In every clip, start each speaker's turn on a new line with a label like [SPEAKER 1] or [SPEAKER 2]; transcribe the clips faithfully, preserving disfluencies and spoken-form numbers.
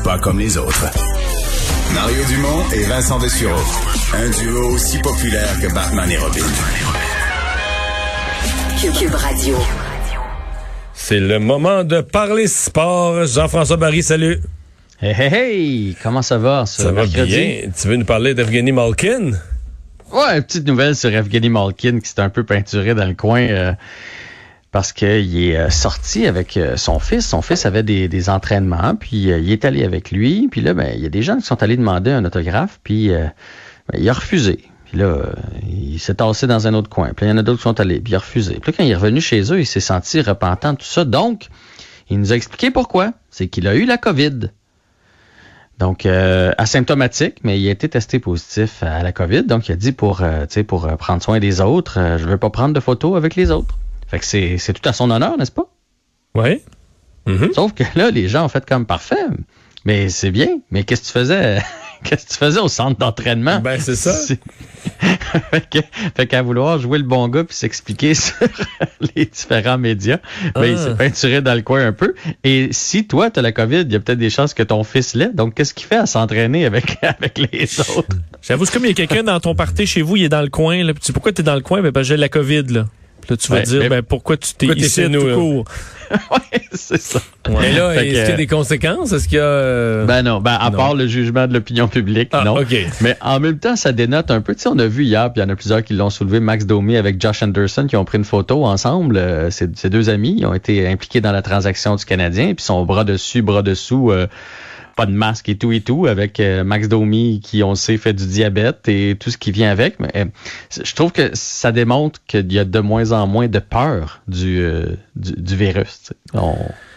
[SPEAKER 1] pas comme les autres. Mario Dumont et Vincent Dessureau. Un duo aussi populaire que Batman et Robin.
[SPEAKER 2] Cube Radio.
[SPEAKER 3] C'est le moment de parler sport. Jean-François Barry, salut.
[SPEAKER 4] Hey, hey, hey! Comment ça va, ce
[SPEAKER 3] Ça
[SPEAKER 4] mercredi?
[SPEAKER 3] va bien. Tu veux nous parler d'Evgeny Malkin?
[SPEAKER 4] Ouais, une petite nouvelle sur Evgeny Malkin qui s'est un peu peinturé dans le coin euh, parce qu'il est euh, sorti avec euh, son fils. Son fils avait des, des entraînements, puis euh, il est allé avec lui. Puis là, ben, il y a des gens qui sont allés demander un autographe, puis euh, ben, il a refusé. Puis là, euh, il s'est tassé dans un autre coin. Puis il y en a d'autres qui sont allés, puis il a refusé. Puis là, quand il est revenu chez eux, il s'est senti repentant de tout ça. Donc, il nous a expliqué pourquoi. C'est qu'il a eu la COVID. Donc, euh, asymptomatique, mais il a été testé positif à la COVID. Donc, il a dit pour, euh, tu sais, pour euh, prendre soin des autres, euh, je veux pas prendre de photos avec les autres. Fait que c'est, c'est tout à son honneur, n'est-ce pas?
[SPEAKER 3] Oui. Mm-hmm.
[SPEAKER 4] Sauf que là, les gens ont fait comme parfait. Mais c'est bien. Mais qu'est-ce que tu faisais? Qu'est-ce que tu faisais au centre d'entraînement?
[SPEAKER 3] Ben, c'est ça.
[SPEAKER 4] C'est... fait, que, fait qu'à vouloir jouer le bon gars puis s'expliquer sur les différents médias, ben, ah. il s'est peinturé dans le coin un peu. Et si toi, tu as la COVID, il y a peut-être des chances que ton fils l'ait. Donc, qu'est-ce qu'il fait à s'entraîner avec, avec les autres?
[SPEAKER 5] J'avoue, c'est comme il y a quelqu'un dans ton party chez vous, il est dans le coin. Là, puis tu dis, pourquoi tu es dans le coin? Ben, parce que j'ai la COVID, là. Puis là, tu vas
[SPEAKER 4] ouais,
[SPEAKER 5] dire,
[SPEAKER 4] mais...
[SPEAKER 5] ben, pourquoi tu t'es
[SPEAKER 3] pourquoi
[SPEAKER 5] ici tout court?
[SPEAKER 4] Oui, c'est ça.
[SPEAKER 3] Ouais. Et là,
[SPEAKER 4] fait
[SPEAKER 3] est-ce
[SPEAKER 4] que,
[SPEAKER 3] qu'il y a des conséquences? Est-ce qu'il y a... Euh...
[SPEAKER 4] Ben non, ben à non. part le jugement de l'opinion publique,
[SPEAKER 3] ah,
[SPEAKER 4] non.
[SPEAKER 3] Okay.
[SPEAKER 4] Mais en même temps, ça dénote un peu. Tu sais, on a vu hier, puis il y en a plusieurs qui l'ont soulevé, Max Domi avec Josh Anderson, qui ont pris une photo ensemble. Euh, ces, ces deux amis, ils ont été impliqués dans la transaction du Canadien, puis sont bras dessus, bras dessous... Euh, pas de masque et tout et tout, avec euh, Max Domi qui, on sait, fait du diabète et tout ce qui vient avec. Mais euh, je trouve que ça démontre qu'il y a de moins en moins de peur du, euh, du, du virus. On,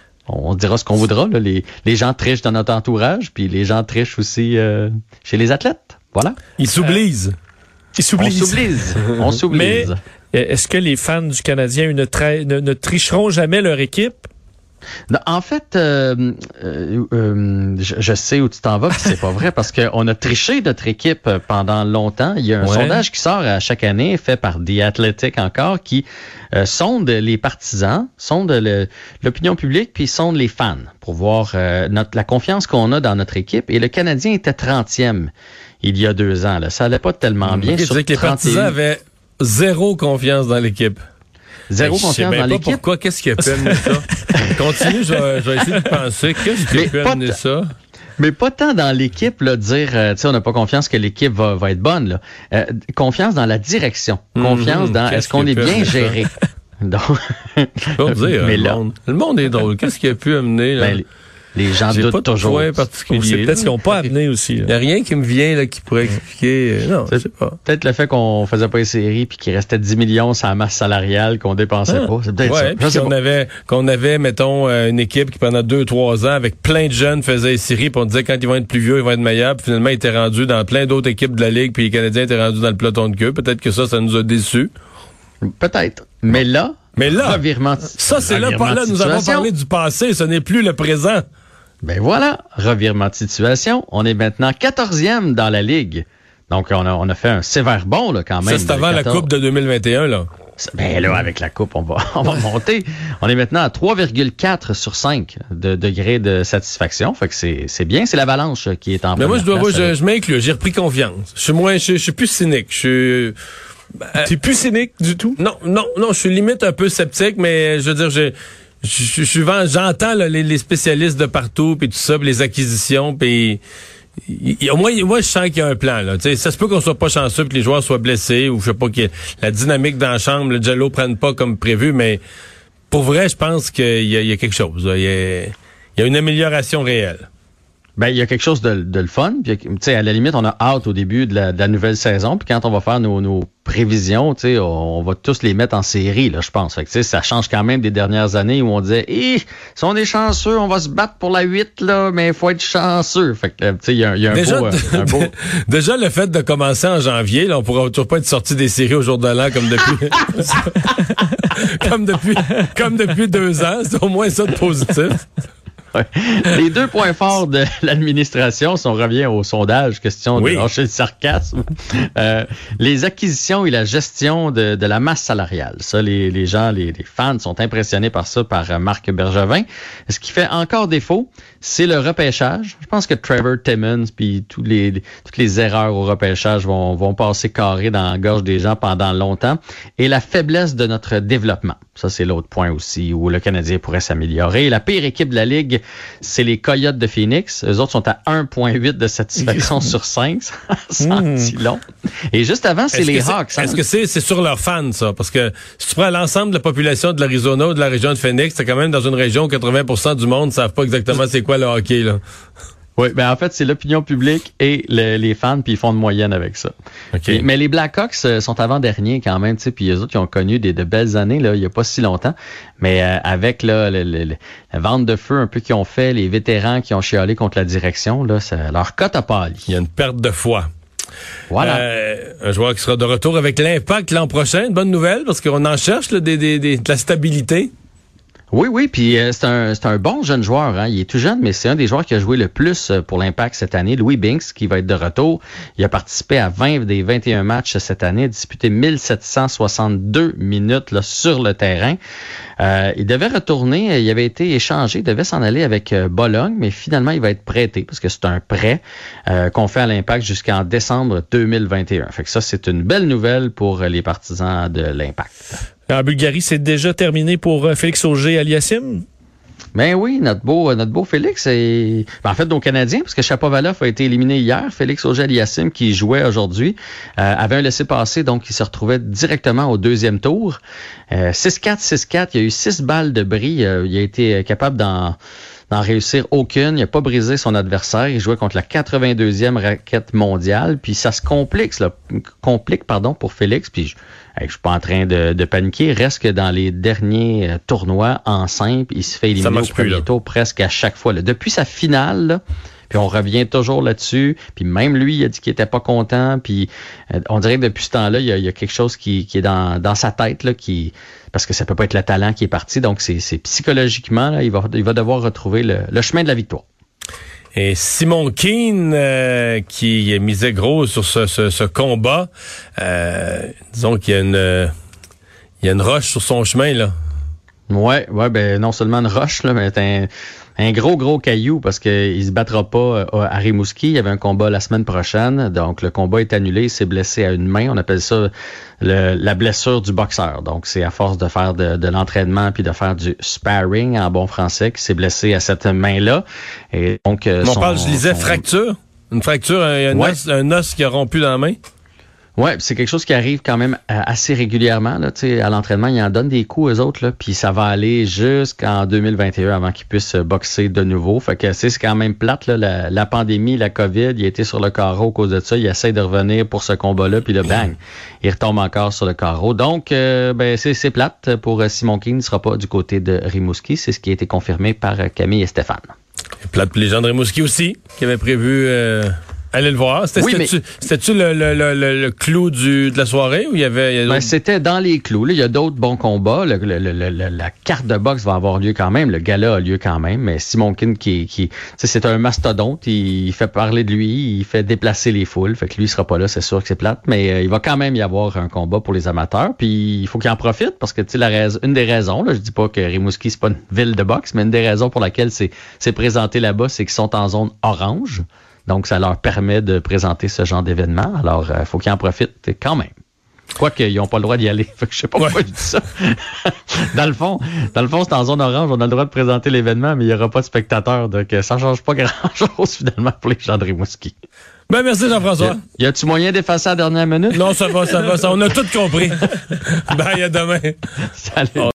[SPEAKER 4] on dira ce qu'on voudra. Là. Les, les gens trichent dans notre entourage, puis les gens trichent aussi euh, chez les athlètes. Voilà.
[SPEAKER 3] Ils s'oublient.
[SPEAKER 5] Euh, ils s'oublient.
[SPEAKER 4] On s'oublie. On s'oublie.
[SPEAKER 5] Mais est-ce que les fans du Canadien ne, tra- ne, ne tricheront jamais leur équipe?
[SPEAKER 4] Non, en fait, euh, euh, euh, je, je sais où tu t'en vas, puis c'est pas vrai, parce qu'on a triché notre équipe pendant longtemps. Il y a un ouais. sondage qui sort à chaque année, fait par The Athletic encore, qui euh, sonde les partisans, sonde le, l'opinion publique, puis sonde les fans, pour voir euh, notre, la confiance qu'on a dans notre équipe. Et le Canadien était trentième il y a deux ans. Là. Ça allait pas tellement bien.
[SPEAKER 3] Okay, sur que les partisans avaient zéro confiance dans l'équipe.
[SPEAKER 4] Zéro
[SPEAKER 3] ben,
[SPEAKER 4] confiance dans l'équipe.
[SPEAKER 3] Pourquoi? Qu'est-ce qui a pu amener ça? Continue, je vais, je vais essayer de penser. Qu'est-ce qui a pu amener t- ça?
[SPEAKER 4] Mais pas tant dans l'équipe, là, dire, euh, tu sais, on n'a pas confiance que l'équipe va, va être bonne, là. Euh, confiance dans la direction. Confiance mmh, dans est-ce qu'on est bien géré. Donc,
[SPEAKER 3] faut dire,
[SPEAKER 4] mais
[SPEAKER 3] le,
[SPEAKER 4] là,
[SPEAKER 3] monde. le monde est drôle. Qu'est-ce qui a pu amener, là? Ben, les,
[SPEAKER 4] les gens
[SPEAKER 3] J'ai
[SPEAKER 4] doutent
[SPEAKER 3] pas
[SPEAKER 4] toujours.
[SPEAKER 3] C'est
[SPEAKER 5] peut-être qu'ils n'ont pas amené aussi.
[SPEAKER 3] Il n'y a rien qui me vient là, qui pourrait expliquer. Euh, non,
[SPEAKER 4] c'est
[SPEAKER 3] je sais pas.
[SPEAKER 4] Peut-être le fait qu'on faisait pas les séries puis qu'il restait dix millions sur la masse salariale qu'on dépensait ah, pas. C'est peut-être
[SPEAKER 3] ouais,
[SPEAKER 4] ça.
[SPEAKER 3] Puis qu'on avait, qu'on avait, mettons, une équipe qui pendant deux, trois ans, avec plein de jeunes, faisait les séries, puis on disait quand ils vont être plus vieux, ils vont être meilleurs. Puis finalement, ils étaient rendus dans plein d'autres équipes de la Ligue, puis les Canadiens étaient rendus dans le peloton de queue. Peut-être que ça, ça nous a déçus.
[SPEAKER 4] Peut-être. Mais là,
[SPEAKER 3] Mais là,
[SPEAKER 4] revirement,
[SPEAKER 3] ça, c'est là, par là, nous avons parlé du passé, ce n'est plus le présent.
[SPEAKER 4] Ben voilà, revirement de situation. On est maintenant quatorzième dans la Ligue. Donc, on a, on a fait un sévère bond, là, quand même.
[SPEAKER 3] Ça, c'est avant la Coupe de deux mille vingt et un, là.
[SPEAKER 4] Ben là, avec la Coupe, on va, on va monter. On est maintenant à trois virgule quatre sur cinq de degrés de satisfaction. Fait que c'est, c'est bien. C'est l'Avalanche qui est en
[SPEAKER 3] Mais moi, je dois,
[SPEAKER 4] place,
[SPEAKER 3] moi, je, je m'inclus. J'ai repris confiance. Je suis moins, je, je suis plus cynique. Je suis...
[SPEAKER 5] Euh, T'es plus cynique du tout?
[SPEAKER 3] Non, non, non, je suis limite un peu sceptique, mais je veux dire, j'ai... Je, je, je, j'entends là, les, les spécialistes de partout, puis tout ça, puis les acquisitions, puis au moins, moi, je sens qu'il y a un plan. Là. T'sais, ça se peut qu'on soit pas chanceux, que les joueurs soient blessés, ou je sais pas, que la dynamique dans la chambre, le Jello prenne pas comme prévu, mais pour vrai, je pense qu'il y a, il y a quelque chose. Il y a, il y a une amélioration réelle.
[SPEAKER 4] Ben, il y a quelque chose de, de le fun. Puis, tu sais, à la limite, on a hâte au début de la, de la nouvelle saison. Puis quand on va faire nos, nos prévisions, tu sais, on, on va tous les mettre en série, là, je pense. Fait que, tu sais, ça change quand même des dernières années où on disait, eh, si on est chanceux, on va se battre pour la huit, là, mais il faut être chanceux. Fait que, tu sais, il y a, y a un,
[SPEAKER 3] déjà,
[SPEAKER 4] beau, un, un beau...
[SPEAKER 3] Déjà, le fait de commencer en janvier, là, on pourra toujours pas être sorti des séries au jour de l'an comme depuis, comme depuis, comme depuis deux ans. C'est au moins ça de positif.
[SPEAKER 4] Ouais. Les deux points forts de l'administration, si on revient au sondage, question de
[SPEAKER 3] oui.
[SPEAKER 4] lâcher le sarcasme, euh, les acquisitions et la gestion de, de la masse salariale. Ça, les, les gens, les, les fans sont impressionnés par ça, par Marc Bergevin. Ce qui fait encore défaut, c'est le repêchage. Je pense que Trevor Timmons puis tous les, toutes les erreurs au repêchage vont, vont passer carré dans la gorge des gens pendant longtemps. Et la faiblesse de notre développement. Ça, c'est l'autre point aussi où le Canadien pourrait s'améliorer. La pire équipe de la Ligue, c'est les Coyotes de Phoenix. Eux autres sont à un virgule huit de satisfaction sur cinq. C'est
[SPEAKER 3] mmh.
[SPEAKER 4] si long. Et juste avant, c'est
[SPEAKER 3] est-ce
[SPEAKER 4] les
[SPEAKER 3] c'est,
[SPEAKER 4] Hawks. Hein?
[SPEAKER 3] Est-ce que c'est, c'est sur leurs fans, ça? Parce que si tu prends l'ensemble de la population de l'Arizona ou de la région de Phoenix, c'est quand même dans une région où quatre-vingts pour cent du monde ne savent pas exactement c'est quoi le hockey, là.
[SPEAKER 4] Oui, ben en fait, c'est l'opinion publique et le, les fans, puis ils font de moyenne avec ça.
[SPEAKER 3] Okay.
[SPEAKER 4] Et, mais les Blackhawks euh, sont avant-derniers quand même, tu sais, puis eux autres, ils ont connu des, de belles années, là, il n'y a pas si longtemps. Mais euh, avec là, le, le, le, la vente de feu un peu qu'ils ont fait, les vétérans qui ont chialé contre la direction, là, ça, leur cote a pâli.
[SPEAKER 3] Il y a une perte de foi.
[SPEAKER 4] Voilà.
[SPEAKER 3] Euh, un joueur qui sera de retour avec l'Impact l'an prochain. Une bonne nouvelle, parce qu'on en cherche là, des, des, des, de la stabilité.
[SPEAKER 4] Oui, oui, puis euh, c'est un c'est un bon jeune joueur. Hein. Il est tout jeune, mais c'est un des joueurs qui a joué le plus pour l'Impact cette année. Louis Binks, qui va être de retour. Il a participé à vingt des vingt et un matchs cette année, a disputé mille sept cent soixante-deux minutes là, sur le terrain. Euh, il devait retourner, il avait été échangé, il devait s'en aller avec euh, Bologne, mais finalement, il va être prêté, parce que c'est un prêt euh, qu'on fait à l'Impact jusqu'en décembre deux mille vingt et un. Fait que ça, c'est une belle nouvelle pour les partisans de l'Impact.
[SPEAKER 5] En Bulgarie, c'est déjà terminé pour Félix Auger-Aliassime?
[SPEAKER 4] Ben oui, notre beau, notre beau Félix est, ben en fait, nos Canadiens, parce que Shapovalov a été éliminé hier. Félix Auger-Aliassime, qui jouait aujourd'hui, euh, avait un laissez-passer, donc il se retrouvait directement au deuxième tour. Euh, six quatre, six quatre, il y a eu six balles de bris. Euh, il a été capable d'en, d'en réussir aucune. Il n'a pas brisé son adversaire. Il jouait contre la quatre-vingt-deuxième raquette mondiale. Puis ça se complique, là, complique, pardon, pour Félix. Puis je, je suis pas en train de, de paniquer. Reste que dans les derniers euh, tournois en simple, il se fait éliminer au premier plus, tour presque à chaque fois. Là. Depuis sa finale, là, puis on revient toujours là-dessus. Puis même lui, il a dit qu'il était pas content. Puis euh, on dirait que depuis ce temps-là, il y a, il y a quelque chose qui, qui est dans, dans sa tête, là, qui parce que ça peut pas être le talent qui est parti. Donc c'est, c'est psychologiquement, là, il va, il va devoir retrouver le, le chemin de la victoire.
[SPEAKER 3] Et Simon Keane, euh, qui misait gros sur ce, ce, ce combat, euh, disons qu'il y a une, euh, il y a une roche sur son chemin, là.
[SPEAKER 4] Ouais, ouais, ben non seulement une roche, là, mais c'est un, un gros, gros caillou parce qu'il se battra pas à Rimouski. Il y avait un combat la semaine prochaine, donc le combat est annulé. Il s'est blessé à une main. On appelle ça le, la blessure du boxeur. Donc c'est à force de faire de, de l'entraînement puis de faire du sparring en bon français qu'il s'est blessé à cette main-là. Et donc
[SPEAKER 3] on
[SPEAKER 4] son,
[SPEAKER 3] parle, je lisais
[SPEAKER 4] son...
[SPEAKER 3] fracture, une fracture, un, un,
[SPEAKER 4] ouais.
[SPEAKER 3] os, un os qui a rompu dans la main.
[SPEAKER 4] Ouais, c'est quelque chose qui arrive quand même assez régulièrement. Là, à l'entraînement, ils en donnent des coups aux autres, là, puis ça va aller jusqu'en deux mille vingt et un avant qu'ils puissent boxer de nouveau. Fait que c'est quand même plate, là, la, la pandémie, la COVID, il a été sur le carreau à cause de ça. Il essaie de revenir pour ce combat-là, puis là, bang, il retombe encore sur le carreau. Donc, euh, ben c'est, c'est plate pour Simon Keane. Il ne sera pas du côté de Rimouski. C'est ce qui a été confirmé par Camille et Stéphane. Et
[SPEAKER 3] plate pour les gens de Rimouski aussi, qui avaient prévu... Euh... Allez le voir. C'était, oui, c'était-tu, mais... c'était-tu le, le, le, le clou du, de la soirée ou il y avait... Il y a
[SPEAKER 4] ben, c'était dans les clous. Là, il y a d'autres bons combats. Le, le, le, le, la carte de boxe va avoir lieu quand même. Le gala a lieu quand même. Mais Simon Keane, qui, qui, c'est un mastodonte. Il fait parler de lui. Il fait déplacer les foules. Fait que lui, il sera pas là. C'est sûr que c'est plate. Mais euh, il va quand même y avoir un combat pour les amateurs. Puis il faut qu'il en profite parce que, tu sais, la raison, une des raisons, là, je dis pas que Rimouski, c'est pas une ville de boxe, mais une des raisons pour laquelle c'est, c'est présenté là-bas, c'est qu'ils sont en zone orange. Donc, ça leur permet de présenter ce genre d'événement. Alors, il euh, faut qu'ils en profitent quand même. Quoique, ils n'ont pas le droit d'y aller. Fait que je sais pas pourquoi ouais. je dis ça. dans le fond, dans le fond, c'est en zone orange. On a le droit de présenter l'événement, mais il n'y aura pas de spectateurs. Donc, ça ne change pas grand-chose, finalement, pour les gens de Rimouski.
[SPEAKER 3] Ben, merci, Jean-François.
[SPEAKER 4] Y, y a-tu moyen d'effacer à la dernière minute?
[SPEAKER 3] Non, ça va, ça va. Ça, on a tout compris. Bye, à demain.
[SPEAKER 4] Salut.